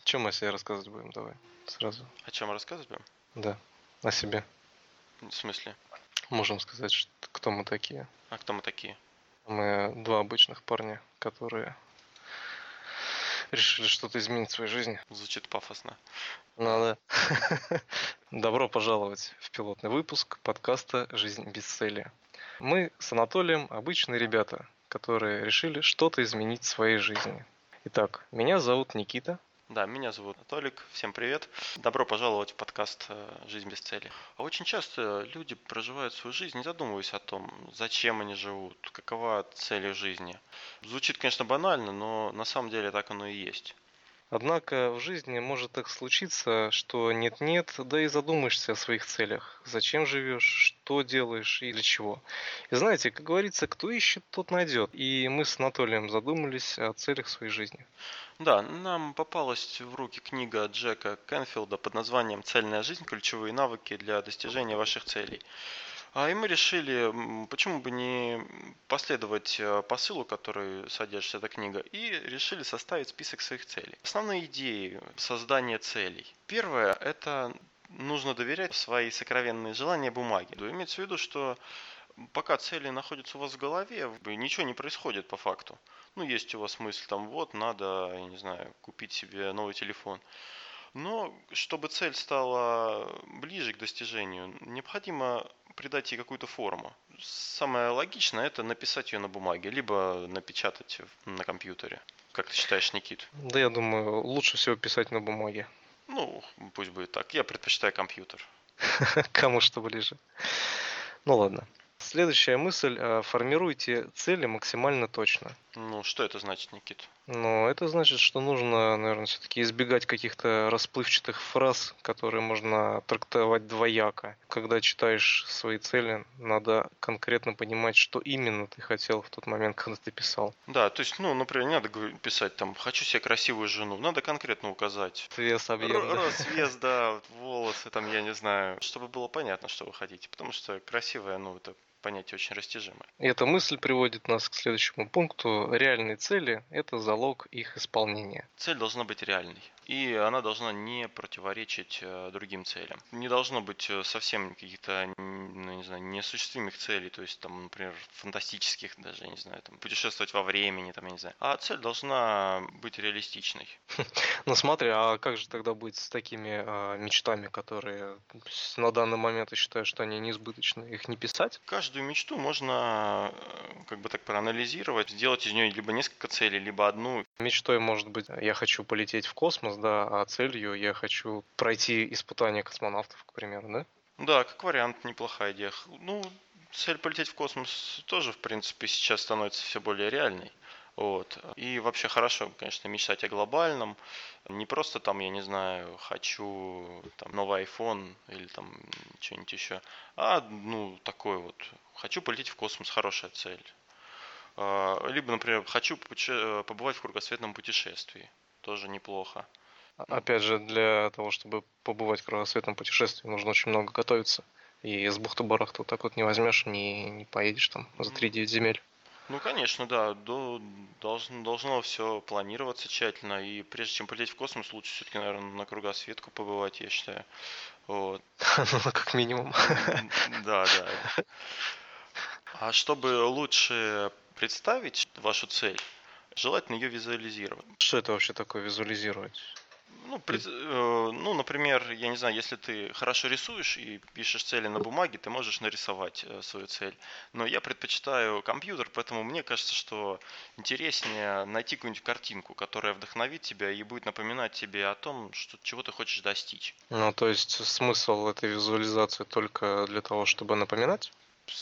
Чем мы о себе рассказывать будем? Давай сразу. О чем рассказывать будем? Да, о себе. В смысле? Можем сказать, кто мы такие. А кто мы такие? Мы два обычных парня, которые решили что-то изменить в своей жизни. Звучит пафосно. Надо. Добро пожаловать в пилотный выпуск подкаста «Жизнь без цели». Мы с Анатолием обычные ребята, которые решили что-то изменить в своей жизни. Итак, меня зовут Никита. Да, меня зовут Анатолик. Всем привет. Добро пожаловать в подкаст «Жизнь без цели». А очень часто люди проживают свою жизнь, не задумываясь о том, зачем они живут, какова цель их жизни. Звучит, конечно, банально, но на самом деле так оно и есть. Однако в жизни может так случиться, что нет-нет, да и задумаешься о своих целях. Зачем живешь, что делаешь и для чего. И знаете, как говорится, кто ищет, тот найдет. И мы с Анатолием задумались о целях своей жизни. Да, нам попалась в руки книга Джека Кенфилда под названием «Цельная жизнь. Ключевые навыки для достижения ваших целей». И мы решили, почему бы не последовать посылу, который содержит эта книга, и решили составить список своих целей. Основные идеи создания целей. Первое – это нужно доверять свои сокровенные желания бумаге. Имеется в виду, что пока цели находятся у вас в голове, ничего не происходит по факту. Ну, есть у вас мысль, там, вот, надо, я не знаю, купить себе новый телефон. Но чтобы цель стала ближе к достижению, необходимо придать ей какую-то форму. Самое логичное – это написать ее на бумаге, либо напечатать на компьютере. Как ты считаешь, Никит? Да, я думаю, лучше всего писать на бумаге. Ну, пусть будет так. Я предпочитаю компьютер. Кому что ближе. Ну ладно. Следующая мысль. Формируйте цели максимально точно. Ну, что это значит, Никит? Но это значит, что нужно, наверное, все-таки избегать каких-то расплывчатых фраз, которые можно трактовать двояко. Когда читаешь свои цели, надо конкретно понимать, что именно ты хотел в тот момент, когда ты писал. Да, то есть, ну, например, не надо писать там «хочу себе красивую жену», надо конкретно указать. Вес, объем, да. Рост, вес, да, волосы, там, я не знаю, чтобы было понятно, что вы хотите, потому что красивая, ну, это понятие очень растяжимое. И эта мысль приводит нас к следующему пункту. Реальные цели – это залог их исполнения. Цель должна быть реальной, и она должна не противоречить другим целям. Не должно быть совсем каких-то, ну, не знаю, неосуществимых целей, то есть, там, например, фантастических даже, я не знаю, там, путешествовать во времени, там, я не знаю. А цель должна быть реалистичной. Ну смотри, а как же тогда быть с такими мечтами, которые на данный момент я считаю, что они неизбыточны? Их не писать? Каждую мечту можно как бы так проанализировать, сделать из нее либо несколько целей, либо одну. Мечтой может быть, я хочу полететь в космос, да, а целью я хочу пройти испытания космонавтов, к примеру, да? Да, как вариант, неплохая идея. Ну, цель полететь в космос тоже, в принципе, сейчас становится все более реальной. Вот. И вообще хорошо, конечно, мечтать о глобальном. Не просто там, я не знаю, хочу там, новый iPhone или там что-нибудь еще. А, ну, такой вот. Хочу полететь в космос, хорошая цель. Либо, например, хочу побывать в кругосветном путешествии. Тоже неплохо. Опять же, для того, чтобы побывать в кругосветном путешествии, нужно очень много готовиться. И с бухты-барахты вот так вот не возьмешь, не поедешь там за 3-9 земель. Ну, конечно, да, должно все планироваться тщательно, и прежде чем полететь в космос, лучше все-таки, наверное, на кругосветку побывать, я считаю. Вот. Ну, как минимум. Да, да. А чтобы лучше представить вашу цель, желательно ее визуализировать. Что это вообще такое визуализировать? Ну, например, я не знаю, если ты хорошо рисуешь и пишешь цели на бумаге, ты можешь нарисовать свою цель. Но я предпочитаю компьютер, поэтому мне кажется, что интереснее найти какую-нибудь картинку, которая вдохновит тебя и будет напоминать тебе о том, чего ты хочешь достичь. Ну, то есть смысл этой визуализации только для того, чтобы напоминать?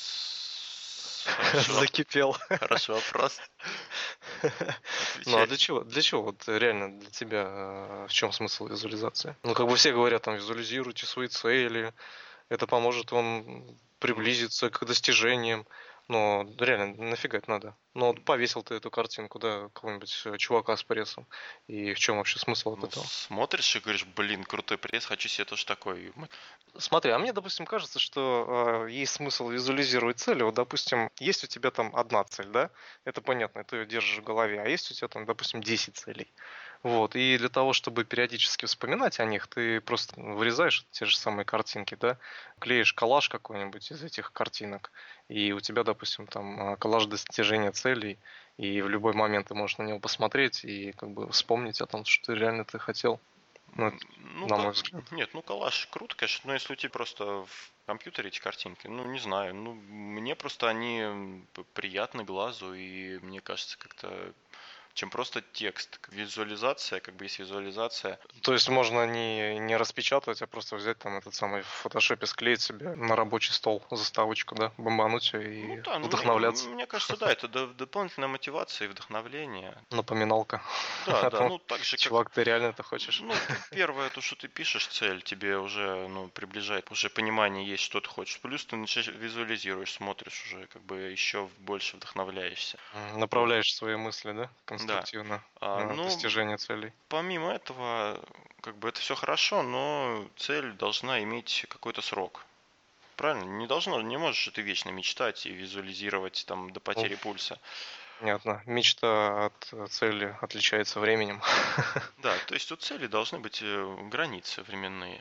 Закипел. Хороший вопрос. Ну а для чего? Для чего? Вот реально для тебя в чем смысл визуализации? Ну, как бы все говорят, там, визуализируйте свои цели, это поможет вам приблизиться к достижениям. Но реально, нафига это надо? Ну вот повесил ты эту картинку, да, какого-нибудь чувака с прессом. И в чем вообще смысл от Ну, этого? смотришь и говоришь, блин, крутой пресс, хочу себе тоже такой. Смотри, а мне, допустим, кажется, что есть смысл визуализировать цели. Вот, допустим, есть у тебя там одна цель, да? Это понятно, ты ее держишь в голове. А есть у тебя там, допустим, 10 целей. Вот. И для того, чтобы периодически вспоминать о них, ты просто вырезаешь те же самые картинки, да? Клеишь коллаж какой-нибудь из этих картинок. И у тебя, допустим, там коллаж достижения целей. И в любой момент ты можешь на него посмотреть и как бы вспомнить о том, что ты реально ты хотел. Ну, это, Ну, на мой взгляд. нет, ну коллаж круто, конечно, но если у тебя просто в компьютере эти картинки, ну не знаю, ну мне просто они приятны глазу, и мне кажется, как-то чем просто текст. Визуализация, как бы есть визуализация. То есть можно не распечатывать, а просто взять там этот самый в фотошопе, склеить себе на рабочий стол заставочку, да, бомбануть Ну ее и да, ну, вдохновляться. мне кажется, да, это дополнительная мотивация и вдохновление. Напоминалка Да, о да, том, ну так же как, чувак, ты реально это хочешь. ну первое, то, что ты пишешь цель, тебе уже, ну, приближает, уже понимание есть, что ты хочешь. Плюс ты начинаешь визуализируешь, смотришь уже, как бы еще больше вдохновляешься. Вот, Направляешь свои мысли, да, да. конструктивно на Ну, достижение целей. помимо этого, как бы это все хорошо, но цель должна иметь какой-то срок. Правильно? Не можешь же ты вечно мечтать и визуализировать там до Ну, потери пульса. понятно. Мечта от цели отличается временем. Да, то есть у цели должны быть границы временные.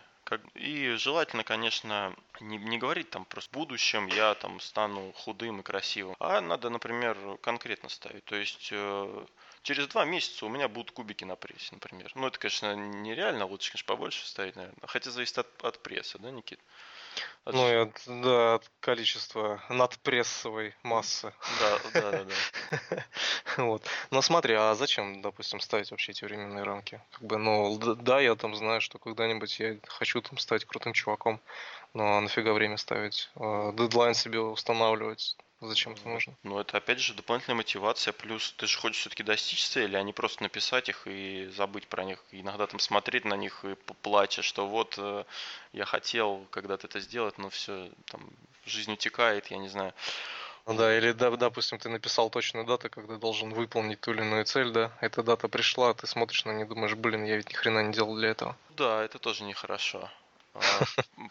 И желательно, конечно, не говорить там просто в будущем я там стану худым и красивым, а надо, например, конкретно ставить. То есть через 2 месяца у меня будут кубики на прессе, например. Ну, это, конечно, нереально, лучше, конечно, побольше ставить, наверное. Хотя зависит от пресса, да, Никит? От Ну и от, да, от количества надпрессовой массы. Да, да, да, да. Вот. Но смотри, а зачем, допустим, ставить вообще эти временные рамки? Как бы, ну, да, я там знаю, что когда-нибудь я хочу там стать крутым чуваком, но нафига время ставить? Дедлайн себе устанавливать? Зачем это нужно? Ну, это опять же дополнительная мотивация, плюс ты же хочешь все-таки достичь цели, а не просто написать их и забыть про них. Иногда там смотреть на них и плача, что вот я хотел когда-то это сделать, но все там жизнь утекает, я не знаю. Ну да, Вот. или, допустим, ты написал точную дату, когда должен выполнить ту или иную цель, да? Эта дата пришла, а ты смотришь на нее и думаешь, блин, я ведь ни хрена не делал для этого. Да, это тоже нехорошо. А,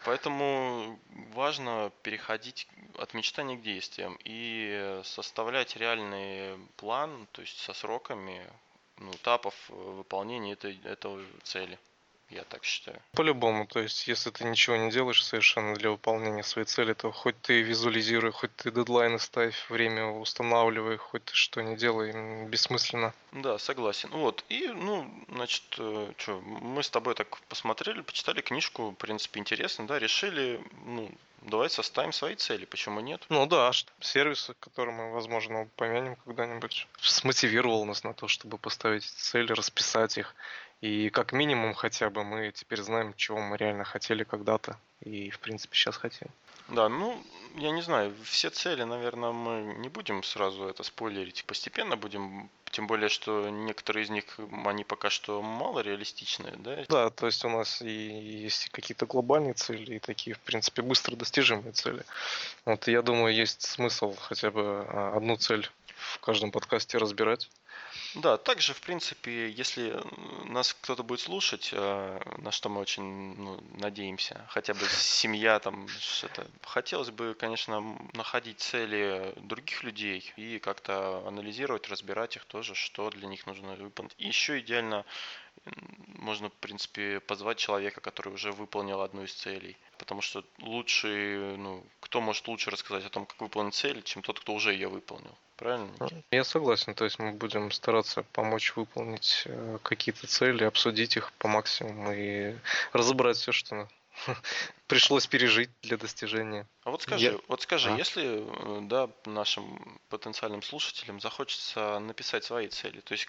Поэтому важно переходить от мечтаний к действиям и составлять реальный план, то есть со сроками, ну, этапов выполнения этого цели. Я так считаю. По-любому, то есть, если ты ничего не делаешь совершенно для выполнения своей цели, то хоть ты визуализируй, хоть ты дедлайны ставь, время устанавливай, хоть ты что не делай, бессмысленно. Да, согласен. Вот. И, ну, значит, что, мы с тобой так посмотрели, почитали книжку, в принципе, интересно, да, решили, ну, давай составим свои цели, почему нет? Ну да, сервисы, которые мы, возможно, упомянем когда-нибудь, смотивировал нас на то, чтобы поставить цели, расписать их. И как минимум хотя бы мы теперь знаем, чего мы реально хотели когда-то. И, в принципе, сейчас хотим. Да, ну, я не знаю, все цели, наверное, мы не будем сразу это спойлерить, постепенно будем, тем более, что некоторые из них, они пока что мало реалистичные, да? Да, то есть у нас и есть какие-то глобальные цели, и такие, в принципе, быстро достижимые цели. Вот я думаю, есть смысл хотя бы одну цель в каждом подкасте разбирать. Да, также, в принципе, если нас кто-то будет слушать, на что мы очень ну, надеемся, хотя бы семья там что-то, хотелось бы, конечно, находить цели других людей и как-то анализировать, разбирать их тоже, что для них нужно выполнить. И еще идеально можно, в принципе, позвать человека, который уже выполнил одну из целей. Потому что лучше, ну, кто может лучше рассказать о том, как выполнить цель, чем тот, кто уже ее выполнил. Правильно, Никита? Я согласен, то есть мы будем стараться помочь выполнить какие-то цели, обсудить их по максимуму и разобрать все, что пришлось пережить для достижения. А Я... вот скажи, А. если, да, нашим потенциальным слушателям захочется написать свои цели, то есть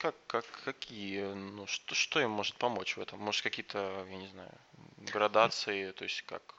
какие, ну, что им может помочь в этом? Может, какие-то, я не знаю, градации, то есть как?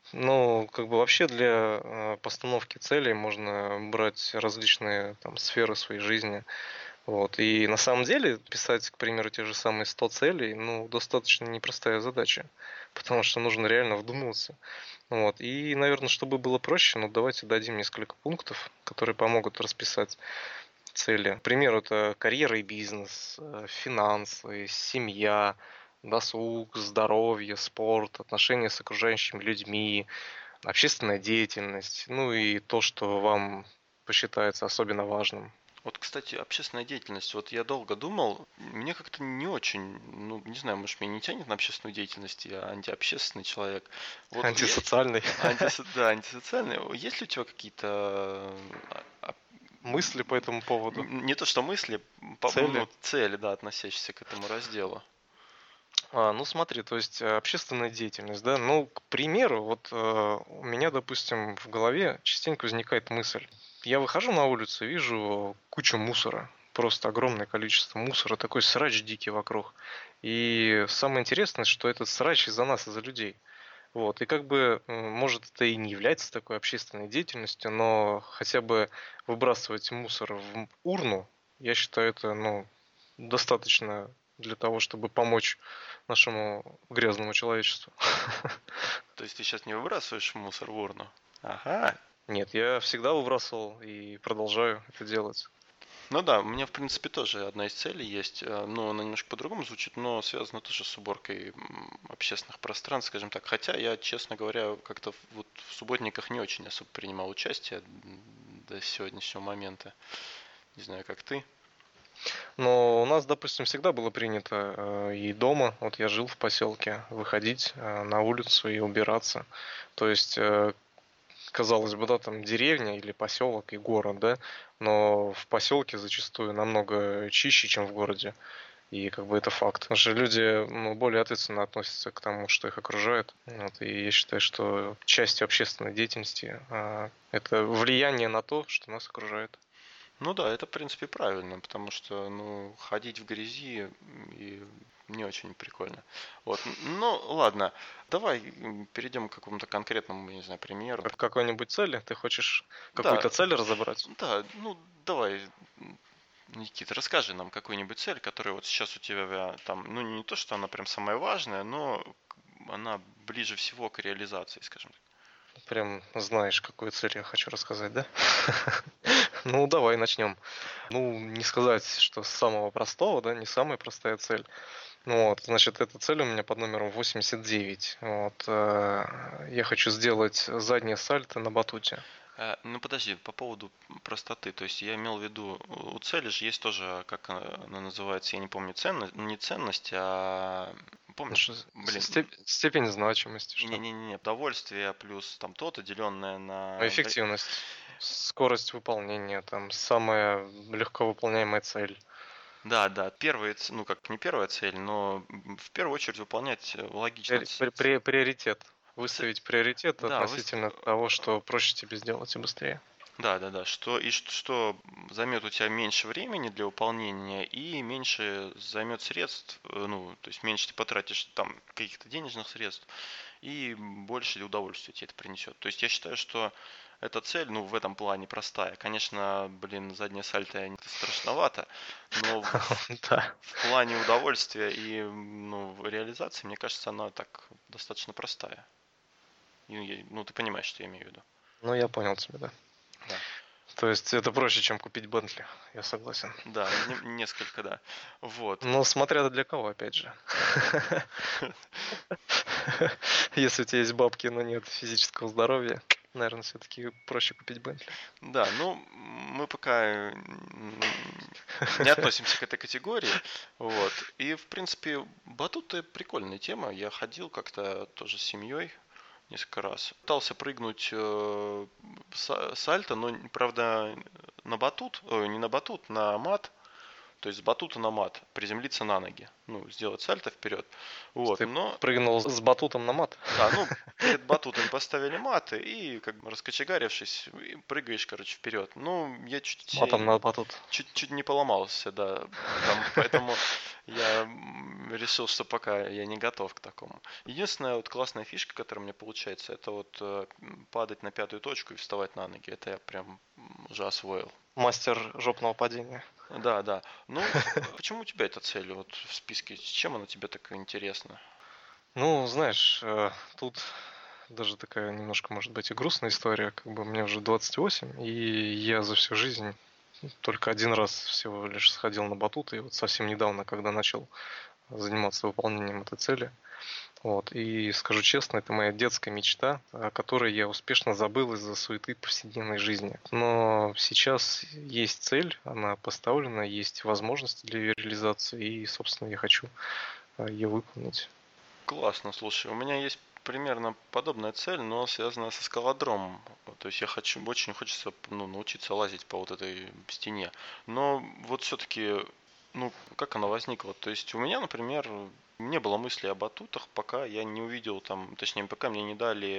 Ну, как бы вообще для постановки целей можно брать различные там сферы своей жизни. Вот. И на самом деле писать, к примеру, те же самые 100 целей, ну, достаточно непростая задача, потому что нужно реально вдумываться. Вот. И, наверное, чтобы было проще, ну, давайте дадим несколько пунктов, которые помогут расписать цели. К примеру, это карьера и бизнес, финансы, семья, досуг, здоровье, спорт, отношения с окружающими людьми, общественная деятельность, ну и то, что вам посчитается особенно важным. Вот, кстати, общественная деятельность. Вот я долго думал, мне как-то не очень, ну, не знаю, может, меня не тянет на общественную деятельность, я антиобщественный человек. Вот Антисоциальный. да, антисоциальный. Есть ли у тебя какие-то Мысли по этому поводу, не то что мысли, цели. ну, цели, да, относящиеся к этому разделу? Ну смотри, то есть общественная деятельность, да, ну, к примеру, вот у меня, допустим, в голове частенько возникает мысль. Я выхожу на улицу, вижу кучу мусора, просто огромное количество мусора, такой срач дикий вокруг. И самое интересное, что этот срач из-за нас, из-за людей. Вот, и как бы, может, это и не является такой общественной деятельностью, но хотя бы выбрасывать мусор в урну, я считаю, это, ну, достаточно для того, чтобы помочь нашему грязному человечеству. То есть ты сейчас не выбрасываешь мусор в урну? Ага. Нет, я всегда выбрасывал и продолжаю это делать. Ну да, у меня, в принципе, тоже одна из целей есть, но она немножко по-другому звучит, но связана тоже с уборкой общественных пространств, скажем так. Хотя я, честно говоря, как-то вот в субботниках не очень особо принимал участие до сегодняшнего момента. Не знаю, как ты. Но у нас, допустим, всегда было принято и дома, вот я жил в поселке, выходить на улицу и убираться. То есть казалось бы, да, там деревня или поселок и город, да, но в поселке зачастую намного чище, чем в городе. И как бы это факт. Потому что люди, ну, более ответственно относятся к тому, что их окружает. Вот, и я считаю, что частью общественной деятельности это влияние на то, что нас окружает. Ну да, это, в принципе, правильно, потому что, ну, ходить в грязи и не очень прикольно. Вот, ну, ладно, давай перейдем к какому-то конкретному, я не знаю, примеру. К какой-нибудь цели? Ты хочешь Да, какую-то цель разобрать? да, ну, давай, Никита, расскажи нам какую-нибудь цель, которая вот сейчас у тебя там, ну, не то, что она прям самая важная, но она ближе всего к реализации, скажем так. Прям знаешь, какую цель я хочу рассказать, да? Ну, давай начнем. Ну, не сказать, что с самого простого, да, не самая простая цель. Ну вот, значит, эта цель у меня под номером 89. Вот, я хочу сделать заднее сальто на батуте. Ну подожди, по поводу простоты, то есть я имел в виду, у цели же есть тоже, как она называется, я не помню, ценность, не ценность, а помнишь, блин, Степень значимости, что? не-не-не, удовольствие плюс там то-то, деленное на... Эффективность, скорость выполнения, там, самая легко выполняемая цель. Да, да, первая, ну как не первая цель, но в первую очередь выполнять логично. Приоритет. ц- Выставить приоритет Да, относительно того, что проще тебе сделать и быстрее. да, да, да, что займет у тебя меньше времени для выполнения и меньше займет средств, ну, то есть меньше ты потратишь там каких-то денежных средств и больше удовольствия тебе это принесет. То есть я считаю, что эта цель, ну, в этом плане простая. Конечно, блин, заднее сальто это страшновато, но Да. в плане удовольствия и, ну, реализации, мне кажется, она так достаточно простая. Ну, ты понимаешь, что я имею в виду. Ну, я понял тебя, да. Да. То есть это проще, чем купить Бентли, я согласен. Да, несколько, да. Вот. Ну, смотря для кого, опять же. Если у тебя есть бабки, но нет физического здоровья, наверное, все-таки проще купить Бентли. Да, ну, мы пока не относимся к этой категории. Вот. И, в принципе, батуты прикольная тема. Я ходил как-то тоже с семьей несколько раз. Пытался прыгнуть сальто, но, правда, на батут, не на батут, на мат. То есть с батута на мат, приземлиться на ноги. Ну, сделать сальто вперед. Вот, Ты но прыгнул с батутом на мат. да, ну, перед батутом поставили маты и, как бы раскочегарившись, прыгаешь, короче, вперед. Ну, я С матом на батут. чуть не поломался, да. Поэтому я решил, что пока я не готов к такому. Единственная вот классная фишка, которая у меня получается, это вот падать на пятую точку и вставать на ноги. Это я прям уже освоил. Мастер жопного падения. Да, да. Ну, почему у тебя эта цель вот в списке? С чем она тебе так интересна? Ну, знаешь, тут даже такая немножко, может быть, и грустная история. Как бы мне уже 28, и я за всю жизнь только один раз всего лишь сходил на батут, и вот совсем недавно, когда начал заниматься выполнением этой цели. Вот. И скажу честно, это моя детская мечта, о которой я успешно забыл из-за суеты повседневной жизни. Но сейчас есть цель, она поставлена, есть возможности для ее реализации, и, собственно, я хочу ее выполнить. Классно, слушай, у меня есть примерно подобная цель, но связанная со скалодромом. Вот, то есть очень хочется научиться лазить по вот этой стене. Но вот все-таки, как она возникла? То есть у меня, например, не было мысли о батутах, пока я не увидел там, точнее, пока мне не дали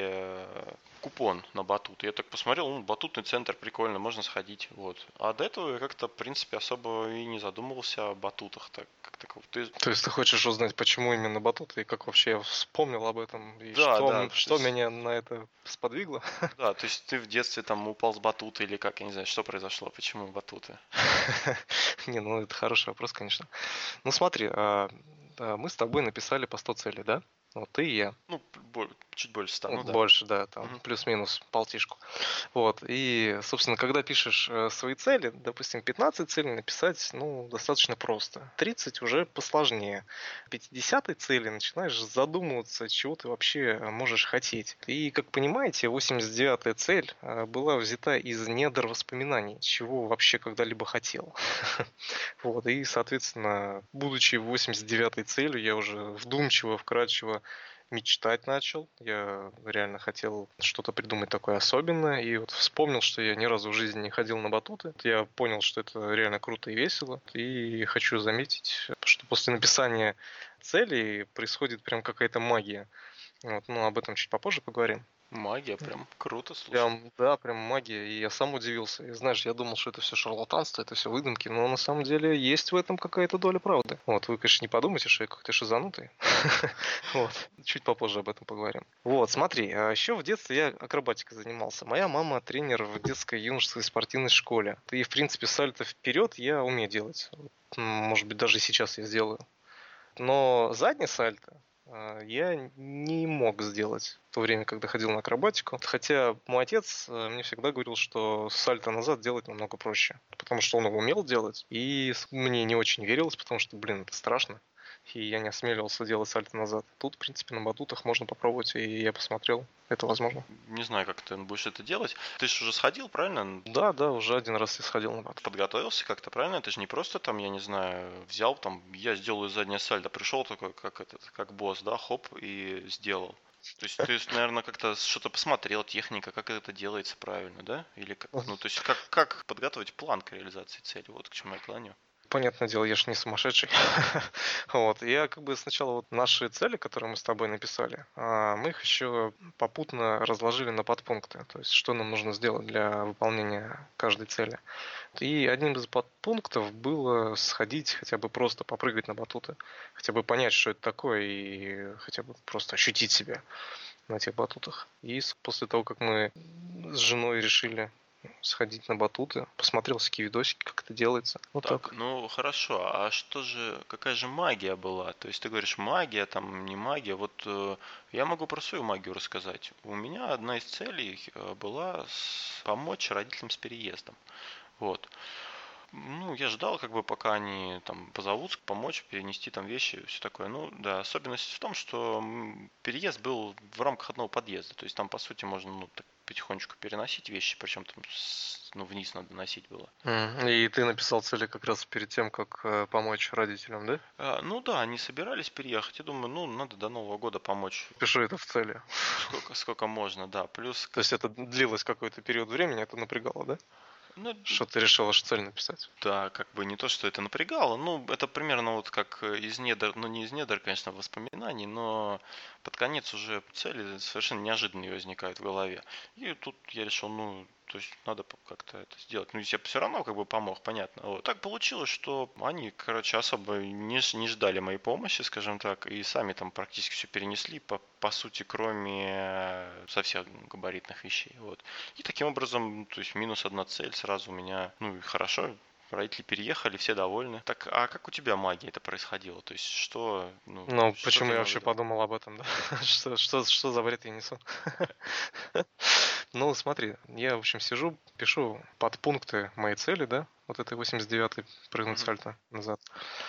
купон на батут. Я так посмотрел, батутный центр прикольно, можно сходить. Вот. А до этого я как-то, в принципе, особо и не задумывался о батутах. Так, как такого. То есть ты хочешь узнать, почему именно батуты, и как вообще я вспомнил об этом, и Да, да, то что есть меня на это сподвигло? да, то есть ты в детстве там упал с батута или как, я не знаю, что произошло, почему батуты? Не, ну это хороший вопрос, конечно. Ну смотри, мы с тобой написали по 100 целей, да? Вот ты и я. Ну, чуть больше 100, Ну, ну да. больше, да, там Мгм. плюс-минус полтишку. Вот. И, собственно, когда пишешь свои цели, допустим, 15 целей написать, ну, достаточно просто. 30 уже посложнее. 50 цели начинаешь задумываться, чего ты вообще можешь хотеть. И, как понимаете, 89-я цель была взята из недр воспоминаний, чего вообще когда-либо хотел. Вот. И, соответственно, будучи 89-й целью, я уже вдумчиво, вкрадчиво мечтать начал. Я реально хотел что-то придумать такое особенное. И вот вспомнил, что я ни разу в жизни не ходил на батуты. Я понял, что это реально круто и весело. И хочу заметить, что после написания целей происходит прям какая-то магия. Вот, но об этом чуть попозже поговорим. Магия, прям круто, слушай. Прям, да, прям магия. И я сам удивился. И знаешь, я думал, что это все шарлатанство, это все выдумки, но на самом деле есть в этом какая-то доля правды. Вот, вы, конечно, не подумайте, что я какой-то шизанутый. Вот, чуть попозже об этом поговорим. Вот, смотри, а еще в детстве я акробатикой занимался. Моя мама тренер в детской юношеской спортивной школе. И, в принципе, сальто вперед я умею делать. Может быть, даже сейчас я сделаю. Но задний сальто я не мог сделать в то время, когда ходил на акробатику. Хотя мой отец мне всегда говорил, что сальто назад делать намного проще. Потому что он его умел делать. И мне не очень верилось, потому что, блин, это страшно. И я не осмеливался делать сальто назад. Тут, в принципе, на батутах можно попробовать, и я посмотрел. Это возможно. Не знаю, как ты будешь это делать. Ты же уже сходил, правильно? Да, да, уже один раз я сходил на батут. Подготовился как-то, правильно? Это же не просто там, я не знаю, взял там, я сделаю заднее сальто, пришел такой, как босс, да, хоп, и сделал. То есть ты, наверное, как-то что-то посмотрел, техника, как это делается правильно, да? Или как, то есть как подготовить план к реализации цели, вот к чему я клоню. Понятное дело, я же не сумасшедший. Вот. Я как бы сначала вот наши цели, которые мы с тобой написали, мы их еще попутно разложили на подпункты. То есть, что нам нужно сделать для выполнения каждой цели. И одним из подпунктов было сходить, хотя бы просто попрыгать на батуты. Хотя бы понять, что это такое, и хотя бы просто ощутить себя на этих батутах. И после того, как мы с женой решили сходить на батуты, посмотрел всякие видосики, как это делается. Вот Так, так. ну хорошо, а что же, какая же магия была? То есть ты говоришь магия, там не магия. Вот я могу про свою магию рассказать. У меня одна из целей была помочь родителям с переездом. Вот. Ну, я ждал, как бы, пока они там позовут, помочь, перенести там вещи, все такое. Ну, да, особенность в том, что переезд был в рамках одного подъезда. То есть там, по сути, можно, так потихонечку переносить вещи, причем там, вниз надо носить было. И ты написал цели как раз перед тем, как помочь родителям, да? Ну да, они собирались переехать. Я думаю, надо до Нового года помочь Пишу это в цели. сколько можно, да. Плюс, То есть это длилось какой-то период времени, это напрягало, да? ну, Что ты решила аж цель написать? да, как бы не то, что это напрягало, это примерно вот как из недр, не из недр, конечно, воспоминаний, но под конец уже цели совершенно неожиданные возникают в голове. И тут я решил, то есть надо как-то это сделать. Ну, я все равно как бы помог, понятно. Вот. Так получилось, что они, короче, особо не ждали моей помощи, скажем так, и сами там практически все перенесли, по сути, кроме совсем габаритных вещей. Вот. И таким образом, то есть минус одна цель сразу у меня, и хорошо, родители переехали, все довольны. Так, а как у тебя магия это происходило? То есть Ну, что почему ты я имел в вообще виду? подумал об этом, да? Что за бред я несу? Ну, смотри, я, в общем, сижу, пишу подпункты моей цели, да? вот этой 89-й, прыгнуть Мгм. сальто назад.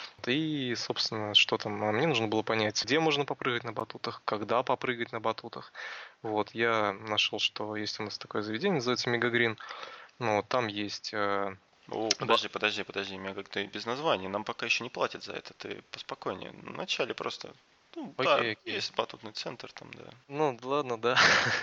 И, собственно, что там? Мне нужно было понять, где можно попрыгать на батутах, когда попрыгать на батутах. Вот, я нашел, что есть у нас такое заведение, называется Мегагрин. Ну, вот там есть... О, подожди, меня как-то без названия. Нам пока еще не платят за это. Ты поспокойнее. Вначале просто, ну да, Окей, окей. есть батутный центр там, да. Ну, ладно, да.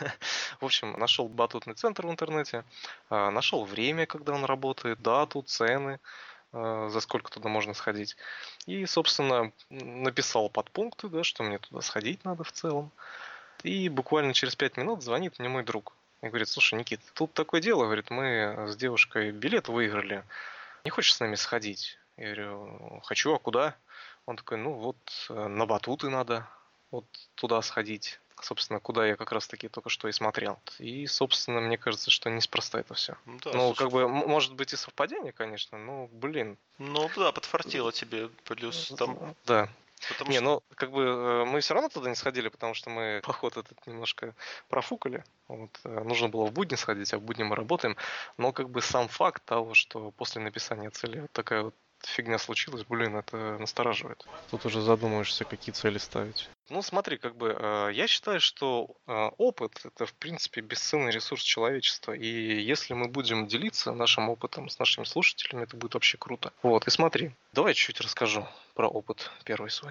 В общем, нашел батутный центр в интернете, нашел время, когда он работает, дату, цены, за сколько туда можно сходить. И, собственно, написал подпункты, да, что мне туда сходить надо в целом. И буквально через 5 минут звонит мне мой друг. И говорит, слушай, Никит, тут такое дело, говорит, мы с девушкой билет выиграли. Не хочешь с нами сходить? Я говорю, хочу, а куда? Он такой, ну вот на батуты надо, вот туда сходить. Собственно, куда я как раз таки только что и смотрел. И, собственно, мне кажется, что неспроста это все. Ну да, Ну, слушай, как бы, может быть и совпадение, конечно, но, блин. ну да, подфартило тебе. Плюс там, Да. потому Не, что ну, как бы мы все равно туда не сходили, потому что мы поход этот немножко профукали. Вот, нужно было в будни сходить, а в будни мы работаем. Но как бы сам факт того, что после написания цели вот такая вот фигня случилась, блин, это настораживает. Тут уже задумываешься, какие цели ставить. Ну, смотри, как бы я считаю, что опыт это, в принципе, бесценный ресурс человечества. И если мы будем делиться нашим опытом с нашими слушателями, это будет вообще круто. Вот, и смотри, давай чуть-чуть расскажу про опыт первый свой.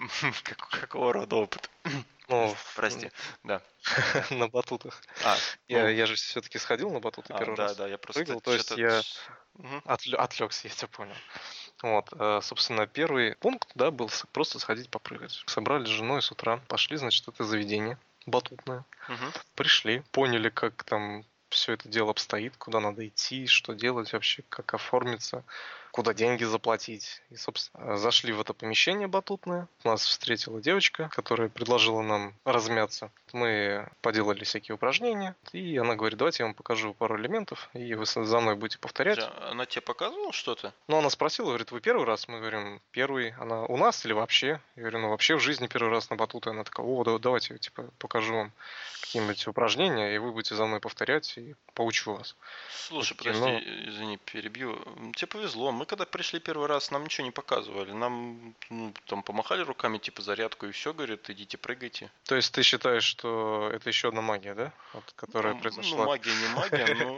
какого рода опыт? Ну, Прости, да. на батутах. А, Я, ну, я же все-таки сходил на батуты первый да, раз. да, я просто Прыгал, то есть что-то... я отвлекся, я тебя понял. Вот, собственно, первый пункт, да, был просто сходить попрыгать. Собрали с женой с утра, пошли, значит, это заведение батутное. Пришли, поняли, как там все это дело обстоит, куда надо идти, что делать вообще, как оформиться, куда деньги заплатить. И, собственно, зашли в это помещение батутное. Нас встретила девочка, которая предложила нам размяться. Мы поделали всякие упражнения, и она говорит, давайте я вам покажу пару элементов, и вы за мной будете повторять. Она тебе показывала что-то? Ну, она спросила, говорит, вы первый раз? Мы говорим, первый. Она у нас или вообще? Я говорю, ну, вообще в жизни первый раз на батуты. Она такая, о, давайте, типа, покажу вам какие-нибудь упражнения, и вы будете за мной повторять, и поучу вас. Мы Слушай, такие, подожди, ну, извини, перебью. Тебе повезло. Мы когда пришли первый раз, нам ничего не показывали. Нам ну, там помахали руками, типа зарядку, и все, говорит, идите, прыгайте. то есть ты считаешь, что это еще одна магия, да? Вот, которая Ну, произошла? магия не магия, но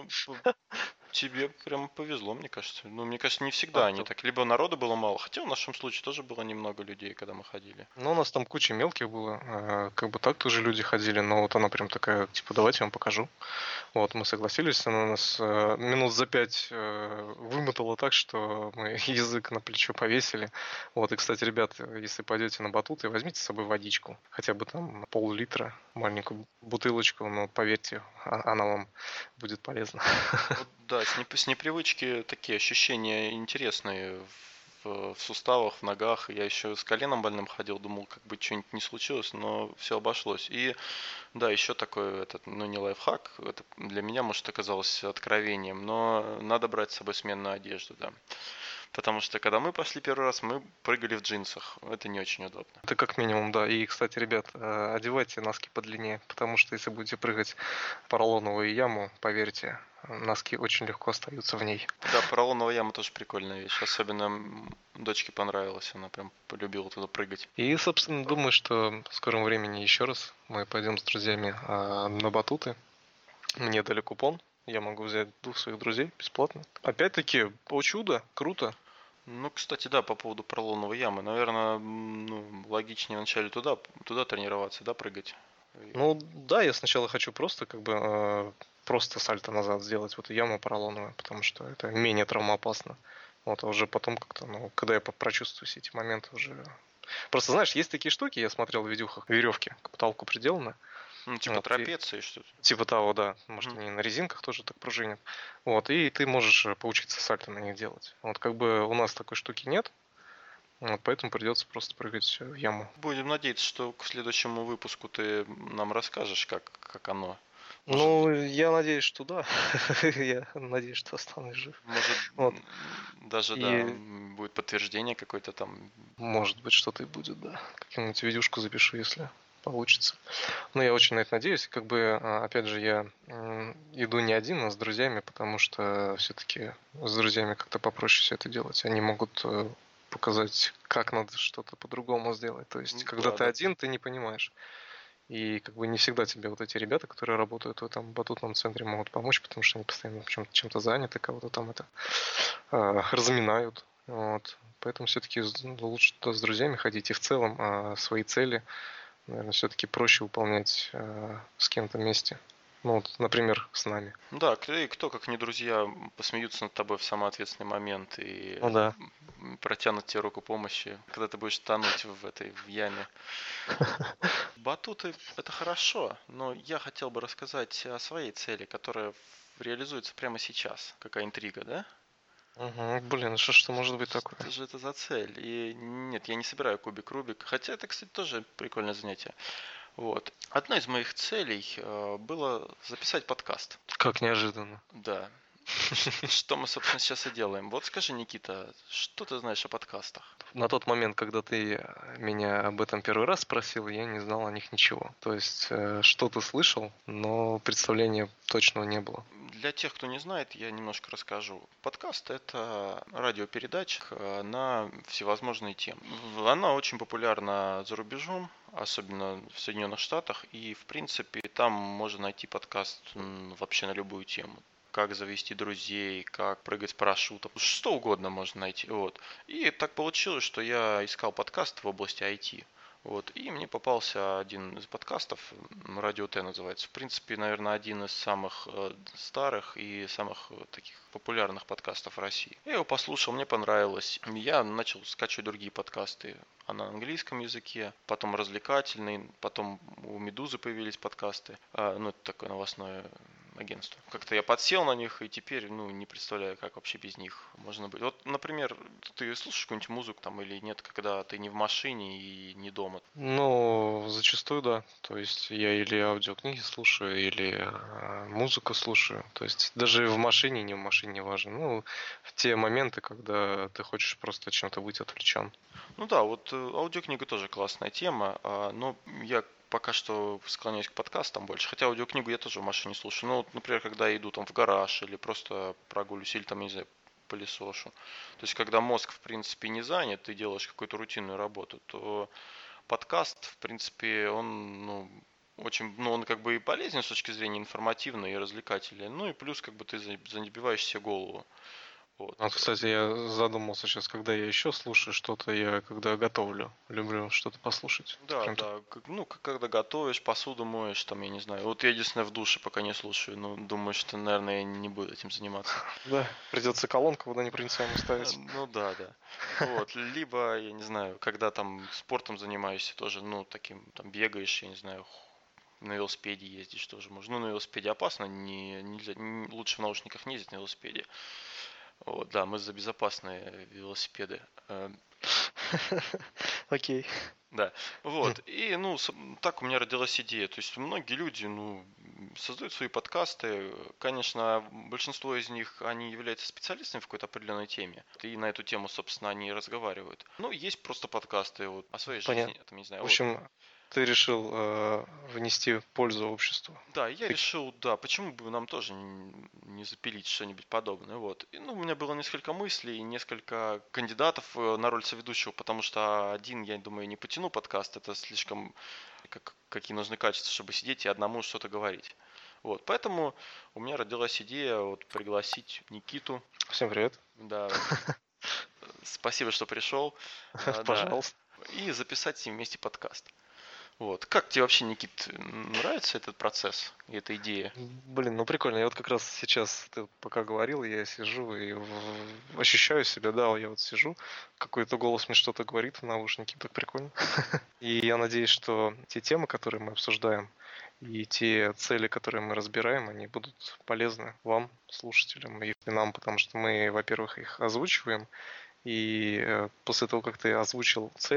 тебе прям повезло, мне кажется. Ну, мне кажется, не всегда А, они так. Либо народу было мало, хотя в нашем случае тоже было немного людей, когда мы ходили. ну, у нас там куча мелких было, как бы так тоже люди ходили, но вот она прям такая, типа, давайте я вам покажу. Вот, мы согласились, она нас минут за 5 вымотала так, что мы язык на плечо повесили. Вот, и, кстати, ребят, если пойдете на батуты, возьмите с собой водичку, хотя бы там пол-литра, маленькую бутылочку, но поверьте, она вам будет полезна. Вот да, с непривычки такие ощущения интересные в суставах, в ногах. Я еще с коленом больным ходил, думал, как бы что-нибудь не случилось, но все обошлось. И да, еще такой, этот, ну не лайфхак, это для меня, может, оказалось откровением, но надо брать с собой сменную одежду, да. Потому что когда мы пошли первый раз, мы прыгали в джинсах. Это не очень удобно. Это как минимум, да. И, кстати, ребят, одевайте носки подлиннее, потому что если будете прыгать в поролоновую яму, поверьте, носки очень легко остаются в ней. Да, поролоновая яма тоже прикольная вещь. Особенно дочке понравилось, она прям полюбила туда прыгать. И, собственно, думаю, что в скором времени еще раз мы пойдем с друзьями на батуты. Мне дали купон, я могу взять двух своих друзей бесплатно. Опять-таки, о чудо, круто. Ну, кстати, да, по поводу поролоновой ямы. Наверное, ну, логичнее вначале туда тренироваться, да, прыгать. Ну да, я сначала хочу просто как бы просто сальто назад сделать в эту яму поролоновую, потому что это менее травмоопасно. Вот, а уже потом как-то, ну, когда я прочувствую все эти моменты уже... Просто, знаешь, есть такие штуки, я смотрел в видюхах, веревки к потолку приделаны. Ну, типа Вот, и трапеции что-то. типа того, да. Может, Мгм. они на резинках тоже так пружинят. Вот, и ты можешь поучиться сальто на них делать. Вот, как бы у нас такой штуки нет, вот, поэтому придется просто прыгать в яму. Будем надеяться, что к следующему выпуску ты нам расскажешь, как оно. Может, Ну, я надеюсь, что да. Я надеюсь, что останусь жив. может, Вот. даже, да, И будет подтверждение какое-то там. может быть что-то и будет, да. Какую-нибудь видюшку запишу, если получится. Но я очень на это надеюсь. Как бы, опять же, я иду не один, а с друзьями, потому что все-таки с друзьями как-то попроще все это делать. Они могут показать, как надо что-то по-другому сделать. То есть, когда Да, ты да. один, ты не понимаешь. И как бы не всегда тебе вот эти ребята, которые работают в этом батутном центре, могут помочь, потому что они постоянно чем-то заняты, кого-то там это разминают. Вот. Поэтому все-таки лучше туда с друзьями ходить. И в целом свои цели, наверное, все-таки проще выполнять с кем-то вместе. Ну, вот, например, с нами. Да, кто, как не друзья, посмеются над тобой в самый ответственный момент и Ну да. протянут тебе руку помощи, когда ты будешь тонуть в яме. Батуты — это хорошо, но я хотел бы рассказать о своей цели, которая реализуется прямо сейчас. Какая интрига, да? Угу. Блин, что может быть такое? Что же это за цель? И нет, я не собираю кубик Рубик, хотя это, кстати, тоже прикольное занятие. Вот. Одной из моих целей было записать подкаст. Как неожиданно. Да. Что мы, собственно, сейчас и делаем. Вот скажи, Никита, что ты знаешь о подкастах? На тот момент, когда ты меня об этом первый раз спросил, я не знал о них ничего. То есть что-то слышал, но представления точного не было. Для тех, кто не знает, я немножко расскажу. Подкаст — это радиопередача на всевозможные темы. Она очень популярна за рубежом, особенно в Соединенных Штатах, и, в принципе, там можно найти подкаст вообще на любую тему. Как завести друзей, как прыгать с парашютом, что угодно можно найти. Вот. И так получилось, что я искал подкаст в области IT. Вот. И мне попался один из подкастов, Радио Т называется. В принципе, наверное, один из самых старых и самых таких популярных подкастов в России. Я его послушал, мне понравилось. Я начал скачивать другие подкасты. На английском языке, потом развлекательный, потом у Медузы появились подкасты. Ну, это такое новостное агентство. Как-то я подсел на них и теперь, не представляю, как вообще без них можно быть. Вот, например, ты слушаешь какую-нибудь музыку там или нет, когда ты не в машине и не дома? Ну, зачастую да. То есть я или аудиокниги слушаю, или музыку слушаю. То есть даже в машине, не в машине важно. Ну, в те моменты, когда ты хочешь просто чем-то быть отвлечен. Ну да, вот аудиокнига тоже классная тема, но я пока что склоняюсь к подкастам больше. Хотя аудиокнигу я тоже в машине слушаю. Ну, вот, например, когда я иду там в гараж или просто прогуливаюсь, или там, я не знаю, пылесошу. То есть, когда мозг, в принципе, не занят, ты делаешь какую-то рутинную работу, то подкаст, в принципе, он, очень, он как бы и полезен с точки зрения информативной и развлекательной. Ну и плюс, как бы ты забиваешь себе голову. Вот. Вот, кстати, я задумался сейчас, когда я еще слушаю что-то, я когда готовлю, люблю что-то послушать. Это Да, прям так. да. Когда готовишь, посуду моешь, там, я не знаю. Вот я единственное в душе пока не слушаю, но думаю, что, наверное, я не буду этим заниматься. Да, придется колонку водонепроницаемую ставить. Ну да, да. Вот. Либо, я не знаю, когда там спортом занимаешься тоже, таким, там, бегаешь, я не знаю, на велосипеде ездишь тоже можно. Ну, на велосипеде опасно, нельзя, лучше в наушниках не ездить на велосипеде. Вот, да, мы за безопасные велосипеды. Окей. Да, вот. И, так у меня родилась идея. То есть многие люди, создают свои подкасты. Конечно, большинство из них, они являются специалистами в какой-то определенной теме. И на эту тему, собственно, они и разговаривают. Ну, есть просто подкасты вот о своей жизни, Понятно. там, не знаю, В вот. общем, ты решил внести пользу обществу. Да, я Ты... решил, да, почему бы нам тоже не запилить что-нибудь подобное, вот. И, у меня было несколько мыслей, несколько кандидатов на роль соведущего, потому что один, я думаю, не потяну подкаст, это слишком, какие нужны качества, чтобы сидеть и одному что-то говорить. Вот, поэтому у меня родилась идея вот пригласить Никиту. Всем привет. Да, спасибо, что пришел, да, Пожалуйста. и записать с ним вместе подкаст. Вот. Как тебе вообще, Никит, нравится этот процесс и эта идея? Блин, ну прикольно. Я вот как раз сейчас, ты пока говорил, я сижу и ощущаю себя, да, я вот сижу, какой-то голос мне что-то говорит в наушнике, так прикольно. И я надеюсь, что те темы, которые мы обсуждаем, и те цели, которые мы разбираем, они будут полезны вам, слушателям, и нам, потому что мы, во-первых, их озвучиваем, и после того, как ты озвучил цель,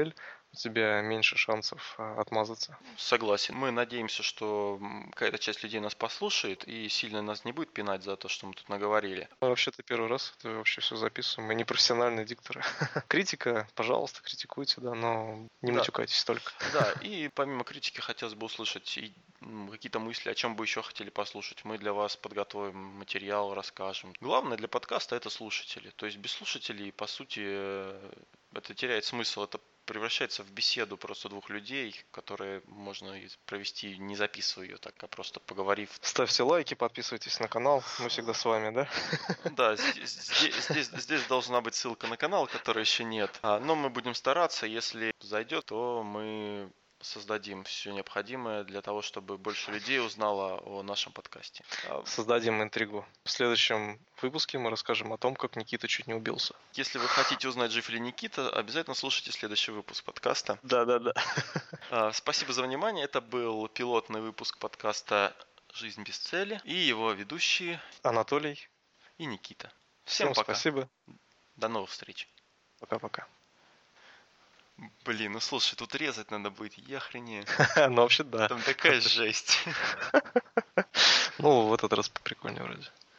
у тебя меньше шансов отмазаться. Согласен. Мы надеемся, что какая-то часть людей нас послушает и сильно нас не будет пинать за то, что мы тут наговорили. Мы вообще-то первый раз это вообще все записываем. Мы не профессиональные дикторы. Критика, пожалуйста, критикуйте, да, но не Да, матюкайтесь только. да, и помимо критики хотелось бы услышать и, какие-то мысли, о чем бы еще хотели послушать. Мы для вас подготовим материал, расскажем. Главное для подкаста это слушатели. То есть без слушателей, по сути, это теряет смысл. Это превращается в беседу просто двух людей, которые можно провести, не записывая ее так, а просто поговорив. Ставьте лайки, подписывайтесь на канал. Мы всегда с вами, да? Да, здесь должна быть ссылка на канал, которой еще нет. Но мы будем стараться, если зайдет, то мы создадим все необходимое для того, чтобы больше людей узнало о нашем подкасте. Создадим интригу. В следующем выпуске мы расскажем о том, как Никита чуть не убился. Если вы хотите узнать, жив ли Никита, обязательно слушайте следующий выпуск подкаста. Да. Спасибо за внимание. Это был пилотный выпуск подкаста «Жизнь без цели» и его ведущие Анатолий. и Никита. Всем пока. спасибо. До новых встреч. Пока-пока. Блин, ну слушай, тут резать надо будет, я охренею. Ну вообще да. Там такая жесть. Ну в этот раз поприкольнее вроде.